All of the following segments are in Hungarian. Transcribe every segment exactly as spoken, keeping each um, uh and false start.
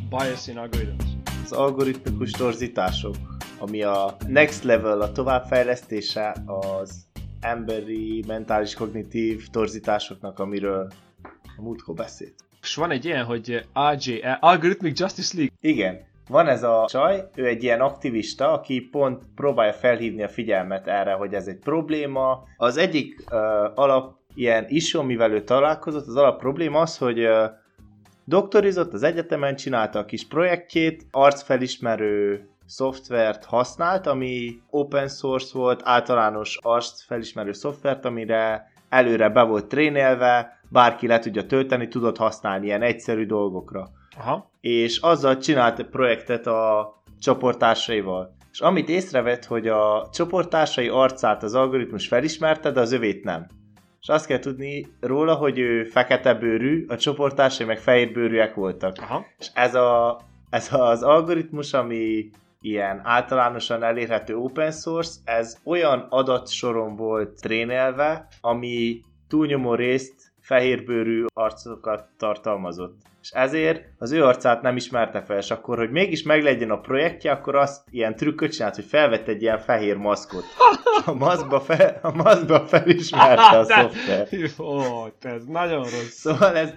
Bias in algorithms. Az algoritmikus torzítások, ami a next level, a továbbfejlesztése az emberi, mentális, kognitív torzításoknak, amiről a múltkor beszélt. És van egy ilyen, hogy á jé, Algorithmic Justice League. Igen. Van ez a csaj, ő egy ilyen aktivista, aki pont próbálja felhívni a figyelmet erre, hogy ez egy probléma. Az egyik uh, alap ilyen issue, amivel ő találkozott, az alap probléma az, hogy uh, doktorizott az egyetemen, csinálta a kis projektjét, arcfelismerő szoftvert használt, ami open source volt, általános arcfelismerő szoftvert, amire előre be volt trénélve, bárki le tudja tölteni, tudott használni ilyen egyszerű dolgokra. Aha. És azzal csinált projektet a csoporttársaival. És amit észrevett, hogy a csoporttársai arcát az algoritmus felismerte, de az övét nem. És azt kell tudni róla, hogy ő fekete bőrű, a csoporttársai meg fehér bőrűek voltak. Aha. És ez, a, ez az algoritmus, ami ilyen általánosan elérhető open source, ez olyan adatsoron volt trénelve, ami túlnyomó részt fehérbőrű arcokat tartalmazott. És ezért az ő arcát nem ismerte fel, és akkor, hogy mégis meglegyen a projektje, akkor azt ilyen trükköt csinált, hogy felvett egy ilyen fehér maszkot. És a maszkba, fel, a maszkba felismerte a szoftver. Ó, ez nagyon rossz. Szóval ez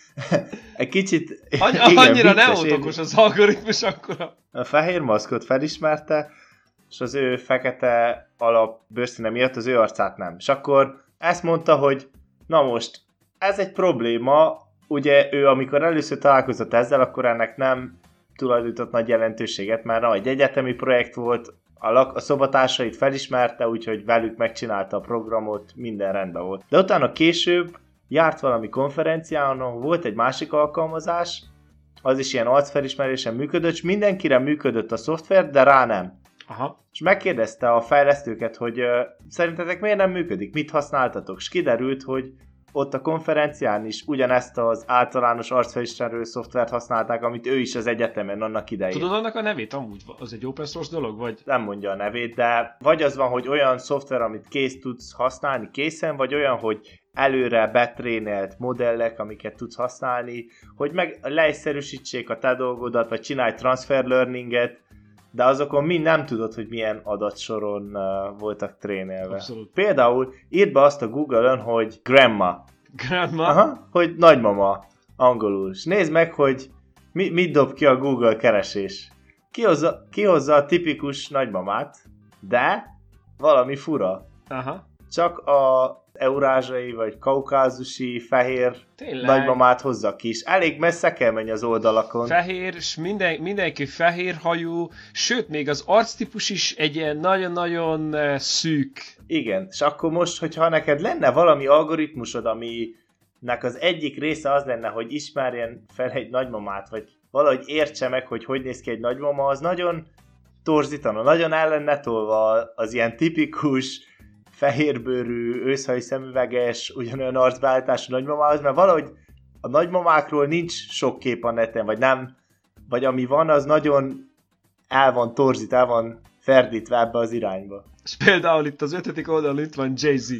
egy kicsit... Any- igen, annyira nem vicces, okos az algoritmus akkora. A fehér maszkot felismerte, és az ő fekete alap bőrszíne miatt az ő arcát nem. És akkor ezt mondta, hogy na most, ez egy probléma, ugye ő amikor először találkozott ezzel, akkor ennek nem tulajdonított nagy jelentőséget, mert na, egy egyetemi projekt volt, a, lak- a szobatársait felismerte, úgyhogy velük megcsinálta a programot, minden rendben volt. De utána később járt valami konferencián, ahol volt egy másik alkalmazás, az is ilyen arcfelismerésen működött, és mindenkire működött a szoftver, de rá nem. Aha. És megkérdezte a fejlesztőket, hogy uh, szerintetek miért nem működik, mit használtatok, és kiderült, hogy ott a konferencián is ugyanezt az általános arcfelismerő szoftvert használták, amit ő is az egyetemen annak idején. Tudod annak a nevét amúgy? Az egy open source dolog, vagy? Nem mondja a nevét, de vagy az van, hogy olyan szoftver, amit kész tudsz használni készen, vagy olyan, hogy előre betrénelt modellek, amiket tudsz használni, hogy meg leegyszerűsítsék a te dolgodat, vagy csinálj transfer learninget, de azokon mind nem tudod, hogy milyen adatsoron uh, voltak trénelve. Abszolút. Például írd be azt a Google-ön, hogy grandma. Grandma? Aha, hogy nagymama angolul. És nézd meg, hogy mi, mit dob ki a Google keresés. Kihozza, kihozza a tipikus nagymamát, de valami fura. Aha. Csak a eurázsai vagy kaukázusi fehér Tényleg. nagymamát hozza ki, és elég messze kell menni az oldalakon. Fehér, és minden, mindenki fehér hajú, sőt, még az arctípus is egy ilyen nagyon-nagyon uh, szűk. Igen, és akkor most, hogyha neked lenne valami algoritmusod, aminek az egyik része az lenne, hogy ismerjen fel egy nagymamát, vagy valahogy értse meg, hogy hogy néz ki egy nagymama, az nagyon torzítana, nagyon el lenne tolva az ilyen tipikus fehérbőrű, őszhajú szemüveges, ugyanolyan arcbeállítású nagymamához, mert valahogy a nagymamákról nincs sok kép a neten, vagy nem, vagy ami van, az nagyon el van torzít, el van ferdítve ebbe az irányba. És például itt az ötödik oldalon itt van Jay-Z.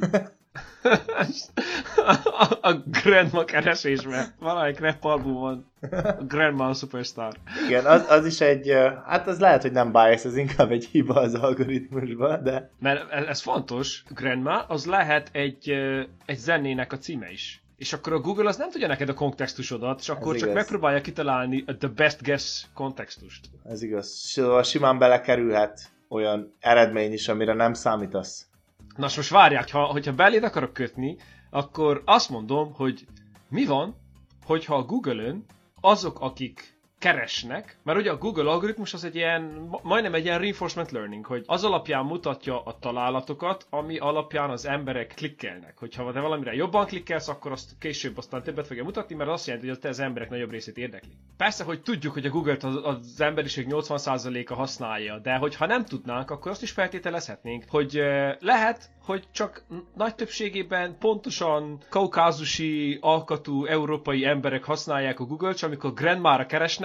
a, a Grandma keresés, mert valamelyik rap album van. A Grandma a Superstar. Igen, az, az is egy, hát az lehet, hogy nem bias, ez inkább egy hiba az algoritmusban, de... Mert ez, ez fontos, Grandma, az lehet egy, egy zenének a címe is. És akkor a Google az nem tudja neked a kontextusodat, és akkor ez csak igaz. megpróbálja kitalálni a the best guess kontextust. Ez igaz. Szóval simán belekerülhet olyan eredmény is, amire nem számítasz. Na most várják, ha, hogyha beléd akarok kötni, akkor azt mondom, hogy mi van, hogyha a Google-ön azok, akik keresnek, mert ugye a Google algoritmus az egy ilyen, majdnem egy ilyen reinforcement learning, hogy az alapján mutatja a találatokat, ami alapján az emberek klikkelnek. Hogyha te valamire jobban klikkelsz, akkor azt később aztán többet fogja mutatni, mert az azt jelenti, hogy te az emberek nagyobb részét érdekli. Persze, hogy tudjuk, hogy a Google-t az, az emberiség nyolcvan százaléka használja, de hogyha nem tudnánk, akkor azt is feltételezhetnénk, hogy lehet, hogy csak nagy többségében pontosan kaukázusi alkatú európai emberek használják a Google-t, és amikor grandmára keresnek,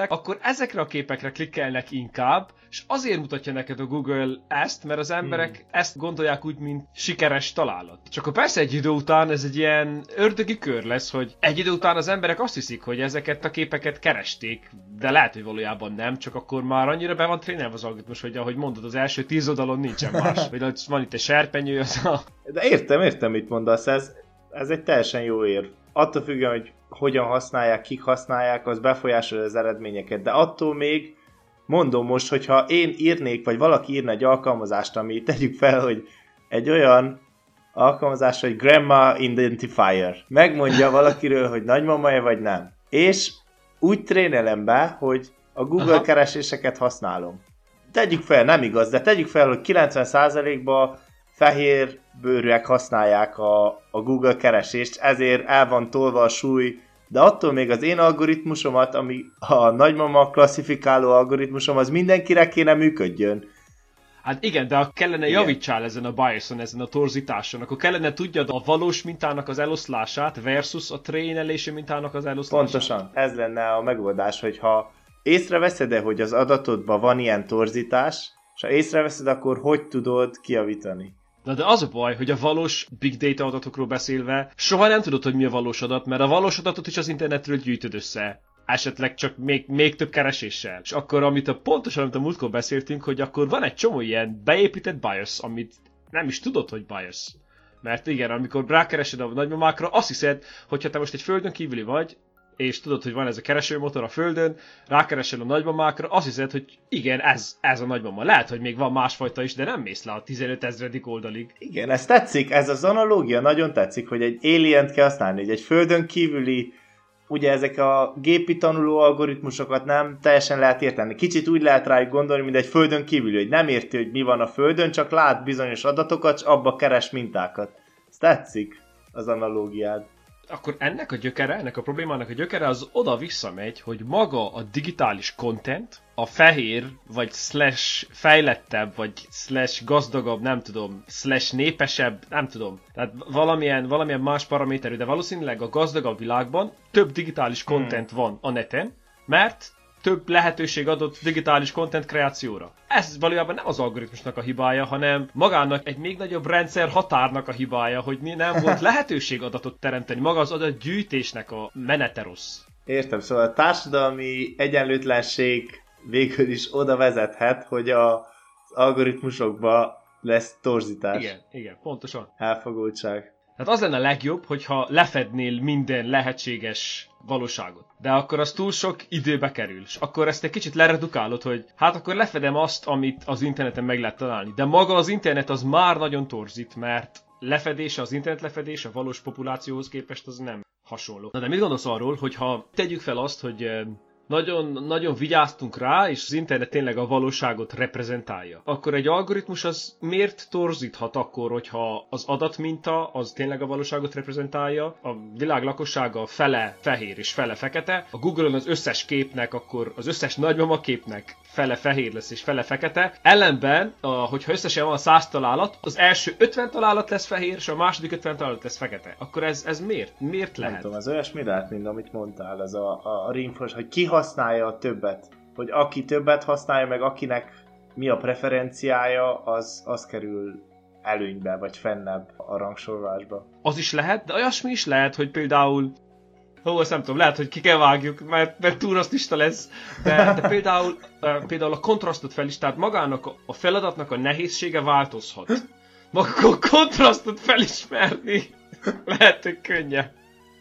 emberek akkor ezekre a képekre klikkelnek inkább, és azért mutatja neked a Google ezt, mert az emberek hmm. ezt gondolják úgy, mint sikeres találat. Csak akkor persze egy idő után ez egy ilyen ördögi kör lesz, hogy egy idő után az emberek azt hiszik, hogy ezeket a képeket keresték, de lehet, hogy valójában nem, csak akkor már annyira be van trénelve az algoritmus, hogy ahogy mondod, az első tíz oldalon nincsen más. Vagy van itt egy serpenyő, az a... De értem, értem, mit mondasz, ez, ez egy teljesen jó érv. Attól függően, hogy hogyan használják, kik használják, az befolyásolja az eredményeket, de attól még mondom most, hogyha én írnék, vagy valaki írna egy alkalmazást, ami tegyük fel, hogy egy olyan alkalmazás, hogy Grandma Identifier. Megmondja valakiről, hogy nagymama-e vagy nem. És úgy trénelem be, hogy a Google Aha. kereséseket használom. Tegyük fel, nem igaz, de tegyük fel, hogy kilencven százalékban fehér bőrűek használják a, a Google keresést, ezért el van tolva a súly, de attól még az én algoritmusomat, ami a nagymama klasszifikáló algoritmusom, az mindenkire kéne működjön. Hát igen, de kellene igen. javítsál ezen a biason, ezen a torzításon, akkor kellene tudjad a valós mintának az eloszlását versus a trénelési mintának az eloszlását. Pontosan, ez lenne a megoldás, hogyha észreveszed-e, hogy az adatodban van ilyen torzítás, és ha észreveszed, akkor hogy tudod kijavítani? Na de az a baj, hogy a valós big data adatokról beszélve soha nem tudod, hogy mi a valós adat, mert a valós adatot is az internetről gyűjtöd össze. Esetleg csak még, még több kereséssel. És akkor, amit a, pontosan, amit a múltkor beszéltünk, hogy akkor van egy csomó ilyen beépített bias, amit nem is tudod, hogy bias. Mert igen, amikor rákeresed a nagymamákra, azt hiszed, hogyha te most egy földön kívüli vagy, és tudod, hogy van ez a keresőmotor a földön, rákeresel a nagymamákra, azt hiszed, hogy igen, ez, ez a nagymama. Lehet, hogy még van másfajta is, de nem mész le a tizenöt ezredik oldalig. Igen, ez tetszik, ez az analógia nagyon tetszik, hogy egy alien-t kell használni, hogy egy földön kívüli, ugye ezek a gépi tanuló algoritmusokat nem teljesen lehet érteni. Kicsit úgy lehet rájuk gondolni, mint egy földön kívüli, hogy nem érti, hogy mi van a földön, csak lát bizonyos adatokat, és abba keres mintákat. Ez tetszik, az analógiád. Akkor ennek a gyökere, ennek a problémának a gyökere az oda visszamegy, hogy maga a digitális content, a fehér, vagy slash fejlettebb, vagy slash gazdagabb, nem tudom, slash népesebb, nem tudom. Tehát valamilyen, valamilyen más paraméterű, de valószínűleg a gazdagabb világban több digitális content hmm. van a neten, mert több lehetőség adott digitális content kreációra. Ez valójában nem az algoritmusnak a hibája, hanem magának egy még nagyobb rendszer határnak a hibája, hogy nem volt lehetőség adatot teremteni. Maga az adatgyűjtésnek a menete rossz. Értem, szóval a társadalmi egyenlőtlenség végül is oda vezethet, hogy a, az algoritmusokban lesz torzítás. Igen, igen, pontosan. Elfogultság. Tehát az lenne a legjobb, hogyha lefednél minden lehetséges valóságot. De akkor az túl sok időbe kerül. És akkor ezt egy kicsit leredukálod, hogy hát akkor lefedem azt, amit az interneten meg lehet találni. De maga az internet az már nagyon torzít, mert lefedése, az internet lefedése a valós populációhoz képest az nem hasonló. Na de mit gondolsz arról, hogyha tegyük fel azt, hogy nagyon, nagyon vigyáztunk rá, és az internet tényleg a valóságot reprezentálja. Akkor egy algoritmus az miért torzíthat akkor, hogyha az adatminta az tényleg a valóságot reprezentálja, a világ lakossága fele fehér és fele fekete, a Google-on az összes képnek, akkor az összes nagymama képnek fele fehér lesz és fele fekete. Ellenben, a, hogyha összesen van száz találat, az első ötven találat lesz fehér, és a második ötven találat lesz fekete. Akkor ez, ez miért? Miért lehet? Nem tudom, az olyasmi lehet, mint amit mondtál, ez a, a, a reinforce, hogy ki használja a többet. Hogy aki többet használja, meg akinek mi a preferenciája, az, az kerül előnybe, vagy fennebb a rangsorolásba. Az is lehet, de olyasmi is lehet, hogy például Ó, ezt nem tudom, lehet, hogy ki kell vágjuk, mert, mert túl rasszista lesz, de, de például, például a kontrasztot fel is, tehát magának a feladatnak a nehézsége változhat. Maga a kontrasztot felismerni lehet, hogy könnyebb.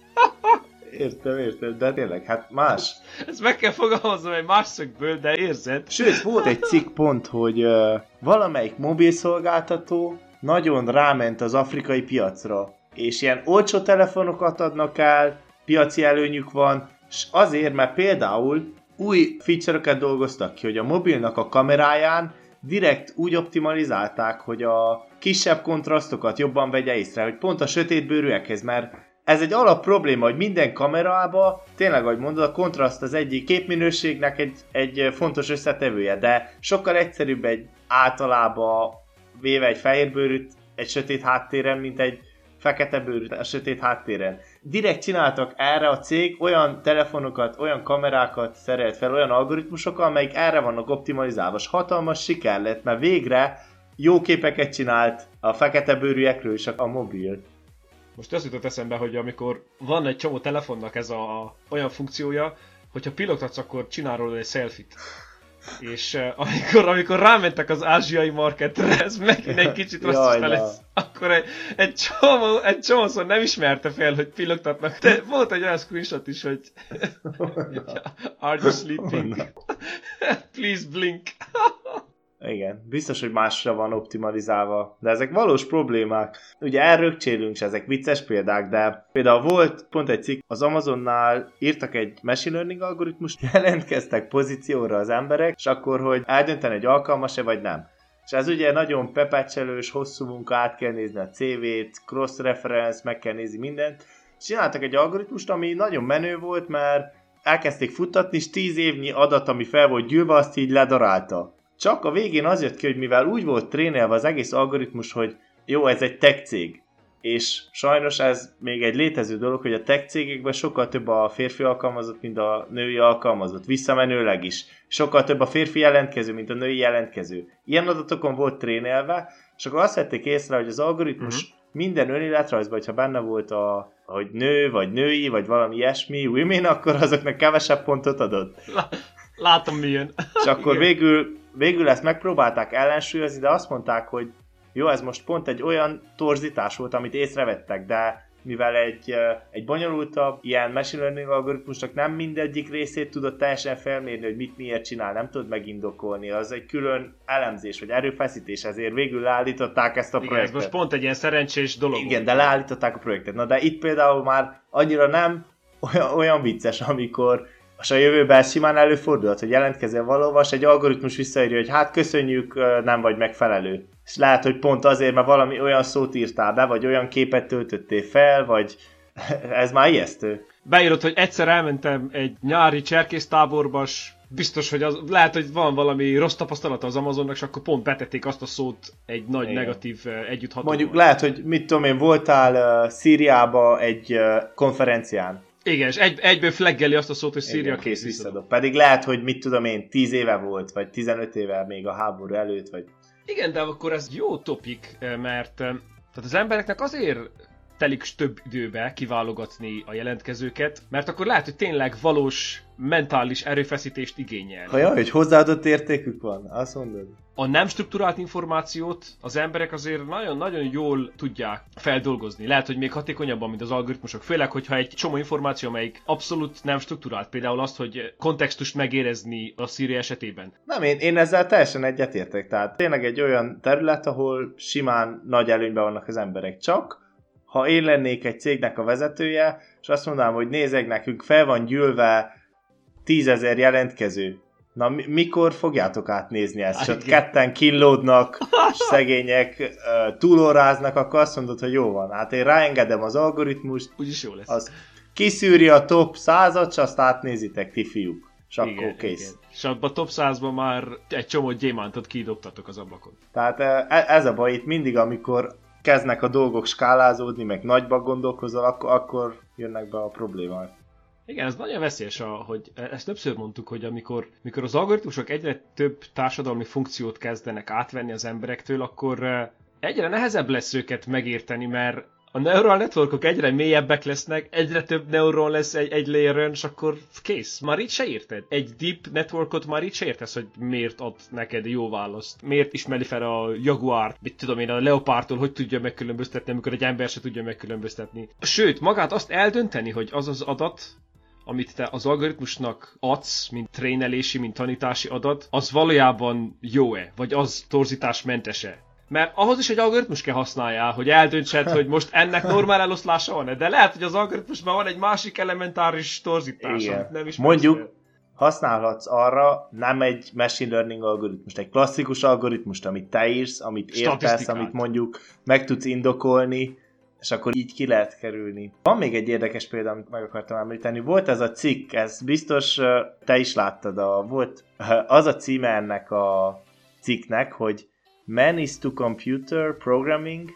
Értem, értem, de tényleg, hát más. Ezt meg kell fogalmaznom egy más szögből, de érzed? Sőt, volt egy cikk pont, hogy uh, valamelyik mobilszolgáltató nagyon ráment az afrikai piacra, és ilyen olcsó telefonokat adnak el, piaci előnyük van, és azért, mert például új feature-öket dolgoztak ki, hogy a mobilnak a kameráján direkt úgy optimalizálták, hogy a kisebb kontrasztokat jobban vegye észre, hogy pont a sötétbőrűekhez, mert ez egy alap probléma, hogy minden kamerában, tényleg, ahogy mondod, a kontraszt az egyik képminőségnek egy, egy fontos összetevője, de sokkal egyszerűbb egy általában véve egy fehérbőrűt egy sötét háttéren, mint egy fekete bőrű, a sötét háttéren. Direkt csináltak erre a cég olyan telefonokat, olyan kamerákat szerelt fel, olyan algoritmusokkal, amelyik erre vannak optimalizálva. És hatalmas siker lett, mert végre jó képeket csinált a fekete bőrűekről is a mobil. Most az jutott eszembe, hogy amikor van egy csomó telefonnak ez a olyan funkciója, hogyha pillogtatsz, akkor csinál róla egy selfie-t. És uh, amikor, amikor rámentek az ázsiai marketre, ez megint egy kicsit rossz lesz, akkor egy, egy, csomó, egy csomószor nem ismerte fel, hogy pillogtatnak. De volt egy olyan screenshot is, hogy are you sleeping? Please blink. Igen, biztos, hogy másra van optimalizálva, de ezek valós problémák. Ugye elrögcsélünk se, ezek vicces példák, de például volt pont egy cikk, az Amazonnál írtak egy machine learning algoritmust, jelentkeztek pozícióra az emberek, és akkor, hogy eldönteni, egy alkalmas-e vagy nem. És ez ugye nagyon pepecselős, hosszú munka, át kell nézni a cé vét, cross-reference, meg kell nézni mindent. És csináltak egy algoritmust, ami nagyon menő volt, mert elkezdték futtatni, és tíz évnyi adat, ami fel volt gyűlve, azt így ledarálta. Csak a végén az jött ki, hogy mivel úgy volt trénelve az egész algoritmus, hogy jó, ez egy tech cég, és sajnos ez még egy létező dolog, hogy a tech cégekben sokkal több a férfi alkalmazott, mint a női alkalmazott, visszamenőleg is. Sokkal több a férfi jelentkező, mint a női jelentkező. Ilyen adatokon volt trénelve, és akkor azt vették észre, hogy az algoritmus uh-huh. minden önéletrajzban, hogyha benne volt a, hogy nő, vagy női, vagy valami ilyesmi, women, akkor azoknak kevesebb pontot adott. Látom milyen. És akkor végül, végül ezt megpróbálták ellensúlyozni, de azt mondták, hogy jó, ez most pont egy olyan torzítás volt, amit észrevettek, de mivel egy, egy bonyolultabb ilyen machine learning algoritmusnak nem mindegyik részét tudod teljesen felmérni, hogy mit miért csinál, nem tudod megindokolni, az egy külön elemzés, vagy erőfeszítés, ezért végül leállították ezt a igen, projektet. Ez most pont egy ilyen szerencsés dolog. Igen, de leállították a projektet. Na de itt például már annyira nem olyan, olyan vicces, amikor és a jövőben simán előfordulhat, hogy jelentkezel valahova, és egy algoritmus visszaírja, hogy hát köszönjük, nem vagy megfelelő. És lehet, hogy pont azért, mert valami olyan szót írtál be, vagy olyan képet töltöttél fel, vagy ez már ijesztő. Beírod, hogy egyszer elmentem egy nyári cserkésztáborba, és biztos, hogy az, lehet, hogy van valami rossz tapasztalata az Amazonnak, és akkor pont betették azt a szót egy nagy igen. negatív együtthatóval. Mondjuk lehet, hogy mit tudom én, voltál uh, Szíriába egy uh, konferencián. Igen, és egy, egyből flaggeli azt a szót, hogy Szíria kész visszadob. Pedig lehet, hogy mit tudom én, tíz éve volt, vagy tizenöt éve még a háború előtt, vagy... Igen, de akkor ez jó topik, mert tehát az embereknek azért telik több időbe kiválogatni a jelentkezőket, mert akkor lehet, hogy tényleg valós mentális erőfeszítést igényel. Ha jaj, hogy hozzáadott értékük van, azt mondod. A nem strukturált információt az emberek azért nagyon-nagyon jól tudják feldolgozni. Lehet, hogy még hatékonyabban, mint az algoritmusok. Főleg, hogyha egy csomó információ, amelyik abszolút nem strukturált. Például azt, hogy kontextust megérezni a Siri esetében. Nem, én, én ezzel teljesen egyetértek. Tehát tényleg egy olyan terület, ahol simán nagy előnyben vannak az emberek. Csak ha én lennék egy cégnek a vezetője, és azt mondanám, hogy nézzek, nekünk fel van gyűlve tízezer jelentkező. Na, mi- mikor fogjátok átnézni ezt? Csak ketten kínlódnak, szegények túlóráznak, akkor azt mondod, hogy jó van. Hát én ráengedem az algoritmust. Úgyis jó lesz. Az kiszűri a top százat, és azt átnézitek ti fiúk. És igen, akkor kész. Igen. És abban a top százban már egy csomó gyémántot kidobtatok az ablakon. Tehát ez a baj itt mindig, amikor kezdnek a dolgok skálázódni, meg nagyba gondolkozol, akkor, akkor jönnek be a problémák. Igen, ez nagyon veszélyes, hogy ezt többször mondtuk, hogy amikor, amikor az algoritmusok egyre több társadalmi funkciót kezdenek átvenni az emberektől, akkor egyre nehezebb lesz őket megérteni, mert a neural networkok egyre mélyebbek lesznek, egyre több neuron lesz egy, egy layeren, és akkor kész. Már így se érted. Egy deep networkot már így se értesz, hogy miért ad neked jó választ. Miért ismeri fel a jaguárt, mit tudom én, a leopártól, hogy tudja megkülönböztetni, amikor egy ember se tudja megkülönböztetni. Sőt, magát azt eldönteni, hogy az az adat, amit te az algoritmusnak adsz, mint trénelési, mint tanítási adat, az valójában jó-e, vagy az torzításmentese. Mert ahhoz is egy algoritmus kell használjál, hogy eldöntsed, hogy most ennek normál eloszlása van-e, de lehet, hogy az algoritmusban van egy másik elementáris torzítás, igen. amit nem is mondjuk fel. Használhatsz arra nem egy machine learning algoritmust, egy klasszikus algoritmust, amit te írsz, amit értesz, amit mondjuk meg tudsz indokolni, és akkor így ki lehet kerülni. Van még egy érdekes példa, amit meg akartam említeni. Volt ez a cikk, ez biztos te is láttad, a, volt az a címe ennek a cikknek, hogy Man is to Computer Programming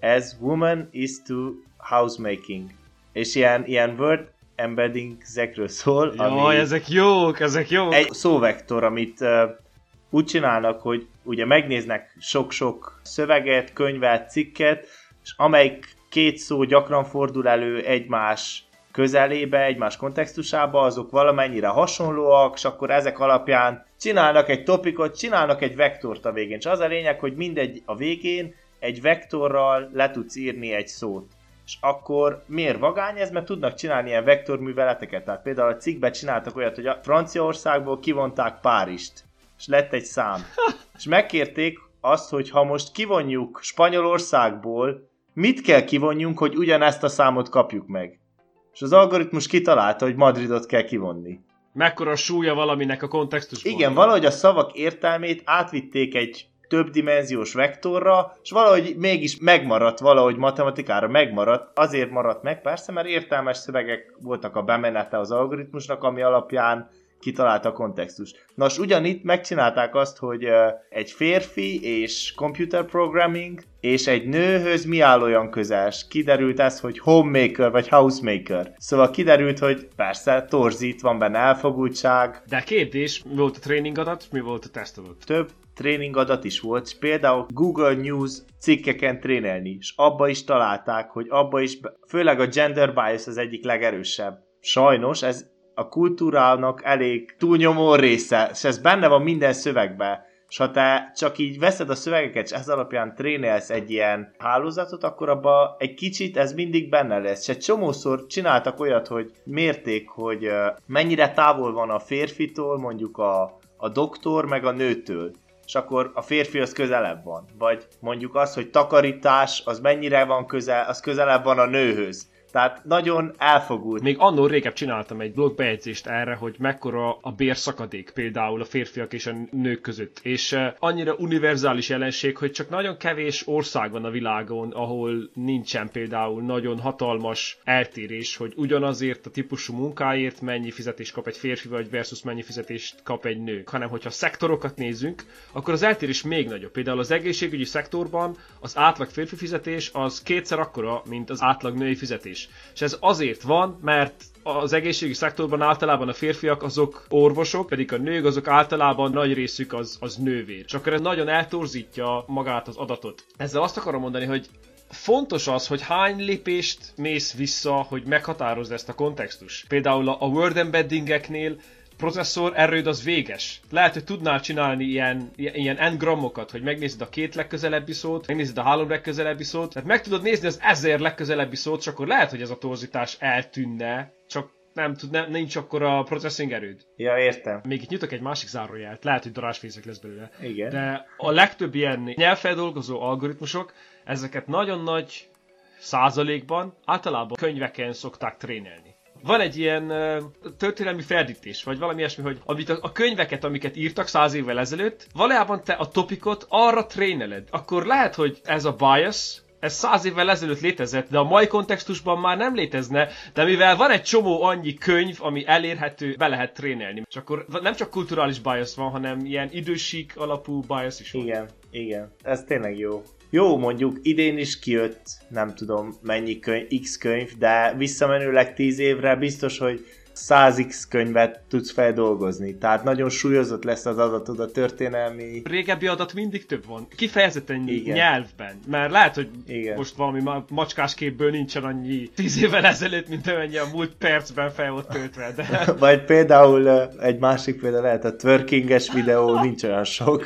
as woman is to housemaking. És ilyen, ilyen word embedding ezekről szól. Jaj, ami ezek jók, ezek jók. Egy szóvektor, amit uh, úgy csinálnak, hogy ugye megnéznek sok-sok szöveget, könyvet, cikket, és amelyik két szó gyakran fordul elő egymás közelébe, egymás kontextusába, azok valamennyire hasonlóak, és akkor ezek alapján csinálnak egy topikot, csinálnak egy vektort a végén. És az a lényeg, hogy mindegy a végén egy vektorral le tudsz írni egy szót. És akkor miért vagány ez? Mert tudnak csinálni ilyen vektorműveleteket. Tehát például a cikkben csináltak olyat, hogy a Franciaországból kivonták Párizst, és lett egy szám. És megkérték azt, hogy ha most kivonjuk Spanyolországból, mit kell kivonjunk, hogy ugyanezt a számot kapjuk meg. És az algoritmus kitalálta, hogy Madridot kell kivonni. Mekkora a súlya valaminek a kontextusban. Igen, valahogy a szavak értelmét átvitték egy többdimenziós vektorra, és valahogy mégis megmaradt, valahogy matematikára megmaradt. Azért maradt meg persze, mert értelmes szövegek voltak a bemenete az algoritmusnak, ami alapján kitalálta a kontextust. Nos, ugyanitt megcsinálták azt, hogy egy férfi és computer programming és egy nőhöz mi áll olyan közel. Kiderült ez, hogy homemaker vagy housemaker. Szóval kiderült, hogy persze torzít, van benne elfogultság. De kérdés, mi volt a tréning adat, mi volt a tesztadat? Több tréning adat is volt, és például Google News cikkeken trénelni, és abba is találták, hogy abba is, főleg a gender bias az egyik legerősebb. Sajnos ez a kultúrának elég túlnyomó része, és ez benne van minden szövegben. És ha te csak így veszed a szövegeket, és ez alapján trénelsz egy ilyen hálózatot, akkor abban egy kicsit ez mindig benne lesz. És egy csomószor csináltak olyat, hogy mérték, hogy mennyire távol van a férfitól, mondjuk a, a doktor, meg a nőtől. És akkor a férfi az közelebb van. Vagy mondjuk az, hogy takarítás, az mennyire van közel, az közelebb van a nőhöz. Tehát nagyon elfogult. Még annól régebb csináltam egy blogbejegyzést erre, hogy mekkora a bérszakadék például a férfiak és a nők között. És uh, annyira univerzális jelenség, hogy csak nagyon kevés ország van a világon, ahol nincsen például nagyon hatalmas eltérés, hogy ugyanazért a típusú munkáért mennyi fizetést kap egy férfi, vagy versus mennyi fizetést kap egy nő. Hanem, hogyha szektorokat nézünk, akkor az eltérés még nagyobb. Például az egészségügyi szektorban az átlag férfi fizetés az kétszer akkora, mint az átlag női fizetés. És ez azért van, mert az egészségügyi szektorban általában a férfiak azok orvosok, pedig a nők azok általában nagy részük az, az nővér. És akkor ez nagyon eltorzítja magát az adatot. Ezzel azt akarom mondani, hogy fontos az, hogy hány lépést mész vissza, hogy meghatározd ezt a kontextus. Például a word embeddingeknél processzor erőd az véges. Lehet, hogy tudnál csinálni ilyen, ilyen n-grammokat, hogy megnézed a két legközelebbi szót, megnézed a három legközelebbi szót, tehát meg tudod nézni az ezer legközelebbi szót, és akkor lehet, hogy ez a torzítás eltűnne, csak nem tud, nem, nincs akkor a processing erőd. Ja, értem. Még itt nyitok egy másik zárójelt, lehet, hogy darásfészek lesz belőle. Igen. De a legtöbb ilyen nyelvfeldolgozó algoritmusok, ezeket nagyon nagy százalékban általában könyveken szokták trénelni. Van egy ilyen uh, történelmi ferdítés, vagy valami ilyesmi, hogy amit a, a könyveket, amiket írtak száz évvel ezelőtt, valójában te a topikot arra tréneled. Akkor lehet, hogy ez a bias, ez száz évvel ezelőtt létezett, de a mai kontextusban már nem létezne, de mivel van egy csomó annyi könyv, ami elérhető, be lehet trénelni. És akkor nem csak kulturális bias van, hanem ilyen idősík alapú bias is van. Igen, igen. Ez tényleg jó. Jó, mondjuk idén is kijött, nem tudom mennyi könyv, X könyv, de visszamenőleg tíz évre biztos, hogy száz x könyvet tudsz feldolgozni. Tehát nagyon súlyozott lesz az adatod a történelmi... Régebbi adat mindig több van. Kifejezetten igen. Nyelvben. Mert lehet, hogy igen. most valami macskás képből nincsen annyi tíz évvel ezelőtt, mint amennyi a múlt percben fel volt töltve. De... Vagy például egy másik példa lehet a twerkinges videó, nincs olyan sok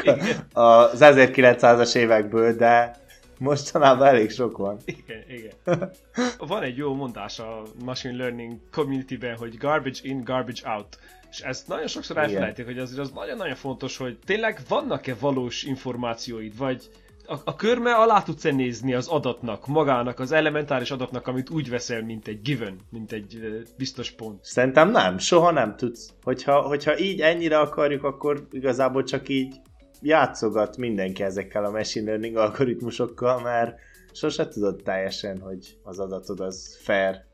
az ezerkilencszázas évekből, de mostanában elég sok van. Igen, igen. Van egy jó mondás a machine learning community-ben, hogy garbage in, garbage out. És ezt nagyon sokszor elfelejtik, hogy azért az nagyon-nagyon fontos, hogy tényleg vannak-e valós információid, vagy a, a körme alá tudsz-e nézni az adatnak, magának, az elementáris adatnak, amit úgy veszel, mint egy given, mint egy uh, biztos pont. Szerintem nem, soha nem tudsz. Hogyha, hogyha így ennyire akarjuk, akkor igazából csak így játszogat mindenki ezekkel a machine learning algoritmusokkal, mert sose tudod teljesen, hogy az adatod az fair.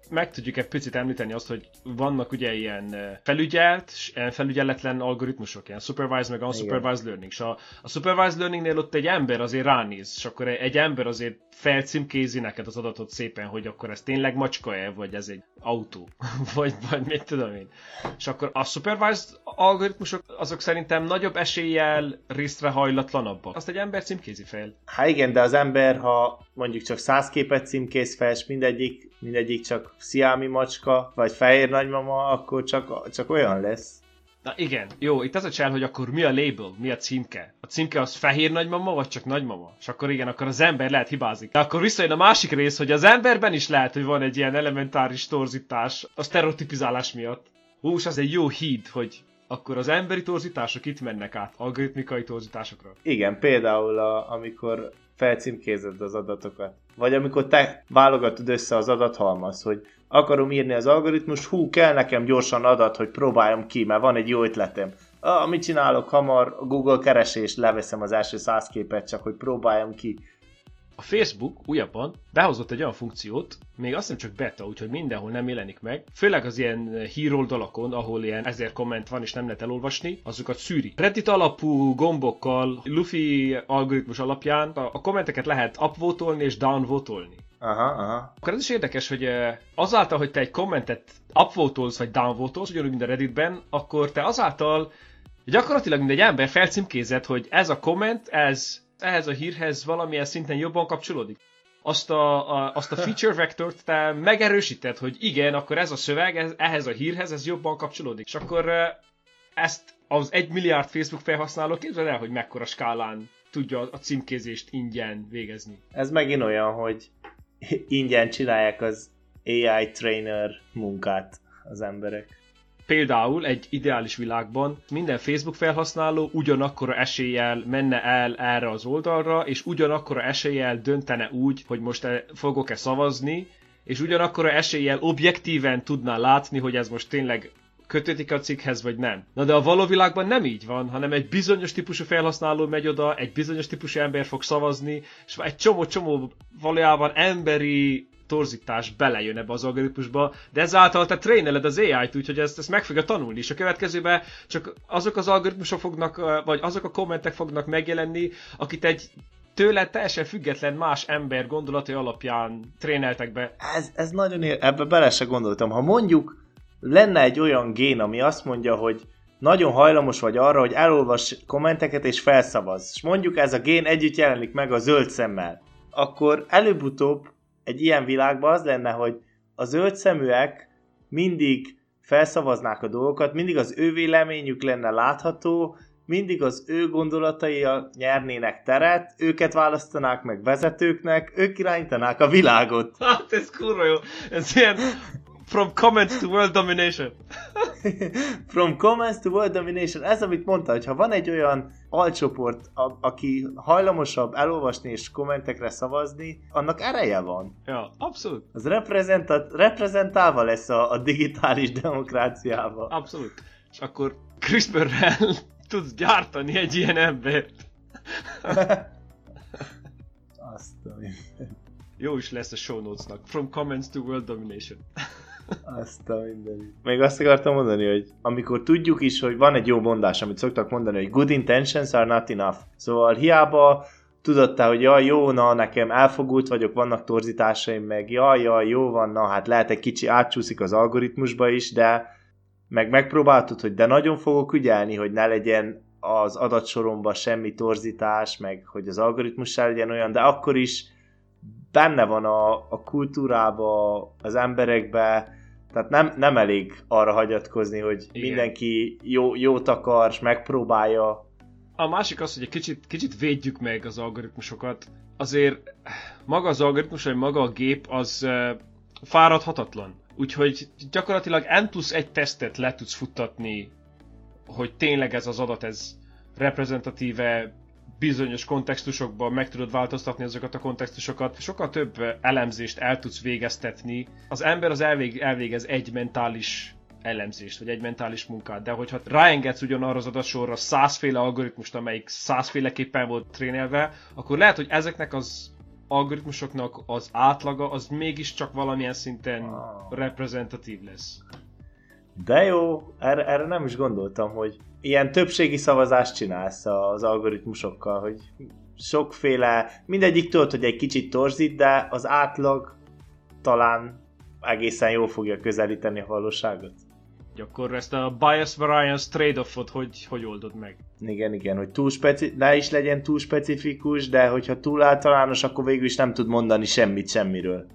meg tudjuk egy picit említeni azt, hogy vannak ugye ilyen felügyelt, ilyen felügyeletlen algoritmusok, ilyen supervised meg unsupervised learning, és a, a supervised learningnél ott egy ember azért ránéz, és akkor egy ember azért felcímkézi neked az adatot szépen, hogy akkor ez tényleg macska-e, vagy ez egy autó, vagy, vagy mit tudom én. És akkor a supervised algoritmusok azok szerintem nagyobb eséllyel részre hajlatlanabbak. Azt egy ember címkézi fel. Hát igen, de az ember, ha mondjuk csak száz képet címkéz fel, és mindegyik, mindegyik csak sziámi macska, vagy fehér nagymama, akkor csak, csak olyan lesz. Na igen, jó, itt az a csel, hogy akkor mi a label, mi a címke? A címke az fehér nagymama, vagy csak nagymama? És akkor igen, akkor az ember lehet hibázik. De akkor visszajön a másik rész, hogy az emberben is lehet, hogy van egy ilyen elementáris torzítás a sztereotipizálás miatt. Hús, az egy jó híd, hogy akkor az emberi torzítások itt mennek át, algoritmikai torzításokra. Igen, például a, amikor felcímkézed az adatokat. Vagy amikor te válogatod össze az adathalmaz, hogy akarom írni az algoritmus, hú, kell nekem gyorsan adat, hogy próbáljam ki, mert van egy jó ötletem. Ah, mit csinálok hamar? A Google keresést leveszem az első száz képet, csak hogy próbáljam ki. A Facebook újabban behozott egy olyan funkciót, még azt nem csak beta, úgyhogy mindenhol nem jelenik meg, főleg az ilyen híroldalakon, ahol ilyen ezer komment van és nem lehet elolvasni, azokat szűri. Reddit alapú gombokkal, Luffy algoritmus alapján a kommenteket lehet upvotolni és downvotolni. Aha, aha. Akkor ez is érdekes, hogy azáltal, hogy te egy kommentet upvotolsz vagy downvotolsz, ugyanúgy, mint a Redditben, akkor te azáltal gyakorlatilag mint egy ember felcímkézed, hogy ez a komment, ez ehhez a hírhez valamilyen szinten jobban kapcsolódik. Azt a, a, azt a feature vektort te megerősíted, hogy igen, akkor ez a szöveg ez, ehhez a hírhez ez jobban kapcsolódik. És akkor ezt az egy milliárd Facebook felhasználó képzel el, hogy mekkora skálán tudja a címkézést ingyen végezni. Ez megint olyan, hogy ingyen csinálják az á i trainer munkát az emberek. Például egy ideális világban minden Facebook felhasználó ugyanakkora eséllyel menne el erre az oldalra, és ugyanakkora eséllyel döntene úgy, hogy most fogok-e szavazni, és ugyanakkora eséllyel objektíven tudná látni, hogy ez most tényleg kötődik a cikkhez, vagy nem. Na de a való világban nem így van, hanem egy bizonyos típusú felhasználó megy oda, egy bizonyos típusú ember fog szavazni, és egy csomó-csomó valójában emberi torzítás belejön ebbe az algoritmusba, de ezáltal te tréneled az á i-t, úgyhogy ezt, ezt meg fogja tanulni, és a következőben csak azok az algoritmusok fognak, vagy azok a kommentek fognak megjelenni, akit egy tőle teljesen független más ember gondolatai alapján tréneltek be. Ez, ez nagyon ér... ebbe bele se gondoltam. Ha mondjuk lenne egy olyan gén, ami azt mondja, hogy nagyon hajlamos vagy arra, hogy elolvas kommenteket és felszavaz, és mondjuk ez a gén együtt jelenik meg a zöld szemmel, akkor előbb-utóbb egy ilyen világban az lenne, hogy a zöld szeműek mindig felszavaznák a dolgokat, mindig az ő véleményük lenne látható, mindig az ő gondolatai nyernének teret, őket választanák meg vezetőknek, ők irányítanák a világot. Hát ez kurva jó, ez ilyen from comments to world domination. From comments to world domination, ez amit mondta, hogy ha van egy olyan alcsoport, a- aki hajlamosabb elolvasni és kommentekre szavazni, annak ereje van. Ja, abszolút. Az reprezenta- reprezentálva lesz a, a digitális demokráciával. Abszolút. És akkor CRISPR-rel tudsz gyártani egy ilyen embert. Azt a minden. Jó is lesz a show notes-nak. From comments to world domination. Azt a mindenit. Még azt akartam mondani, hogy amikor tudjuk is, hogy van egy jó mondás, amit szoktak mondani, hogy good intentions are not enough. Szóval hiába tudod te, hogy jaj, jó, na, nekem elfogult vagyok, vannak torzításaim, meg jaj, jaj, jó van, na, hát lehet egy kicsi átcsúszik az algoritmusba is, de meg megpróbáltad, hogy de nagyon fogok ügyelni, hogy ne legyen az adatsoromba semmi torzítás, meg hogy az algoritmus se legyen olyan, de akkor is benne van a, a kultúrába, az emberekbe, tehát nem, nem elég arra hagyatkozni, hogy igen, mindenki jó, jót akar, és megpróbálja. A másik az, hogy egy kicsit, kicsit védjük meg az algoritmusokat. Azért maga az algoritmus, vagy maga a gép az uh, fáradhatatlan. Úgyhogy gyakorlatilag N plusz egy tesztet le tudsz futtatni, hogy tényleg ez az adat, ez reprezentatíve, bizonyos kontextusokban meg tudod változtatni azokat a kontextusokat, sokkal több elemzést el tudsz végeztetni. Az ember az elvég, elvégez egy mentális elemzést, vagy egy mentális munkát, de hogyha ráengedsz ugyanarra az adatsorra százféle algoritmust, amelyik százféleképpen volt trénelve, akkor lehet, hogy ezeknek az algoritmusoknak az átlaga az mégiscsak valamilyen szinten Ah. reprezentatív lesz. De jó, erre, erre nem is gondoltam, hogy ilyen többségi szavazást csinálsz az algoritmusokkal, hogy sokféle, mindegyik tudod, hogy egy kicsit torzít, de az átlag talán egészen jól fogja közelíteni a valóságot. Hogy akkor ezt a bias variance trade-offot hogy, hogy oldod meg? Igen, igen, hogy túl speci- ne is legyen túl specifikus, de hogyha túl általános, akkor végül is nem tud mondani semmit semmiről.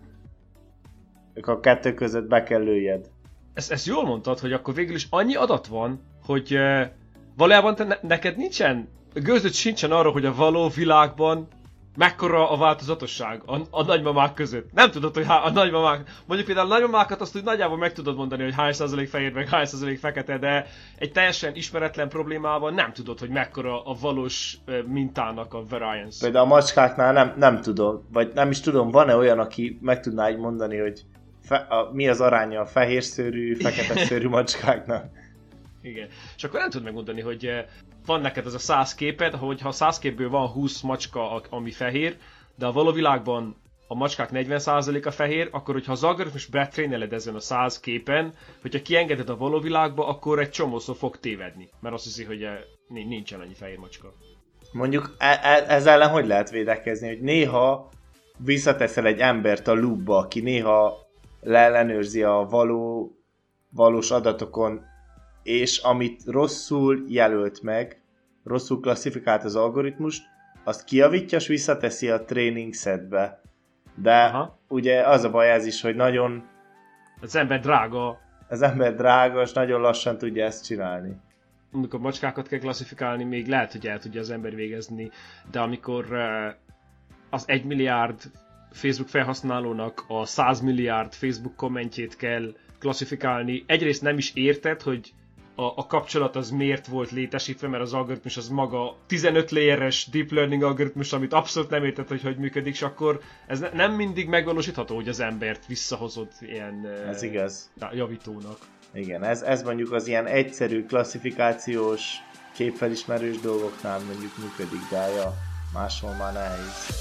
A kettő között be kell lőjed. Ezt, ezt jól mondtad, hogy akkor végül is annyi adat van, hogy uh, valójában te ne- neked nincsen, gőzöd sincsen arra, hogy a való világban mekkora a változatosság a, a nagymamák között. Nem tudod, hogy há- a nagymamák, mondjuk például a nagymamákat azt úgy nagyjából meg tudod mondani, hogy hány százalék fehér, meg hány százalék fekete, de egy teljesen ismeretlen problémában nem tudod, hogy mekkora a valós uh, mintának a variance. Például a macskáknál nem, nem tudom, vagy nem is tudom, van-e olyan, aki meg tudná így mondani, hogy fe- a, mi az aránya a fehér szőrű, fekete szőrű macskáknak? Igen. És akkor nem tudod megmondani, hogy eh, van neked ez a száz képed, hogy ha száz képből van húsz macska, a- ami fehér, de a való világban a macskák negyven százaléka fehér, akkor hogyha az algoritmus betréneled ezen a száz képen, hogyha kiengeded a való világba, akkor egy csomószor fog tévedni. Mert azt hiszi, hogy eh, ni- nincsen annyi fehér macska. Mondjuk e- e- ez ellen hogy lehet védekezni, hogy néha visszateszel egy embert a loopba, aki néha leellenőrzi a való, valós adatokon, és amit rosszul jelölt meg, rosszul klasszifikált az algoritmust, azt kijavítja, és visszateszi a training setbe. De Aha. ugye az a baj ez is, hogy nagyon Az ember drága, az ember drága, és nagyon lassan tudja ezt csinálni. amikor macskákat kell klasszifikálni, még lehet, hogy el tudja az ember végezni, de amikor eh, az egy milliárd Facebook felhasználónak a száz milliárd Facebook kommentjét kell klasszifikálni, egyrészt nem is érted, hogy a, a kapcsolat az miért volt létesítve, mert az algoritmus az maga tizenöt layeres deep learning algoritmus, amit abszolút nem érted, hogy hogy működik, és akkor ez ne, nem mindig megvalósítható, hogy az embert visszahozott ilyen eh, Ez igaz. javítónak. Igen, ez, ez mondjuk az ilyen egyszerű klasszifikációs, képfelismerős dolgoknál mondjuk működik, de ja, máshol már nehéz.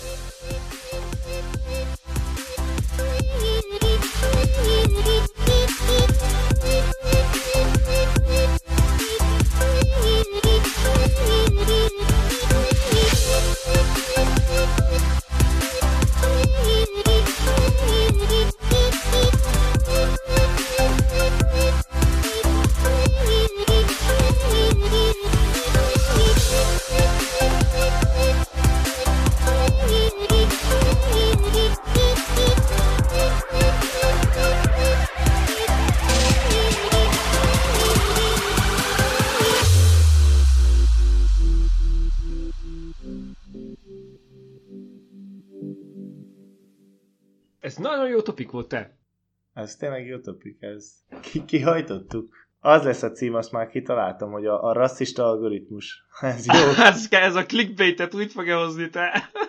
Ez nagyon jó topik volt, te. Ez tényleg jó topik, ez. Ki, kihajtottuk. Az lesz a cím, azt már kitaláltam, hogy a, a rasszista algoritmus. Ez jó. ez, ez a clickbaitet úgy fogja hozni, te.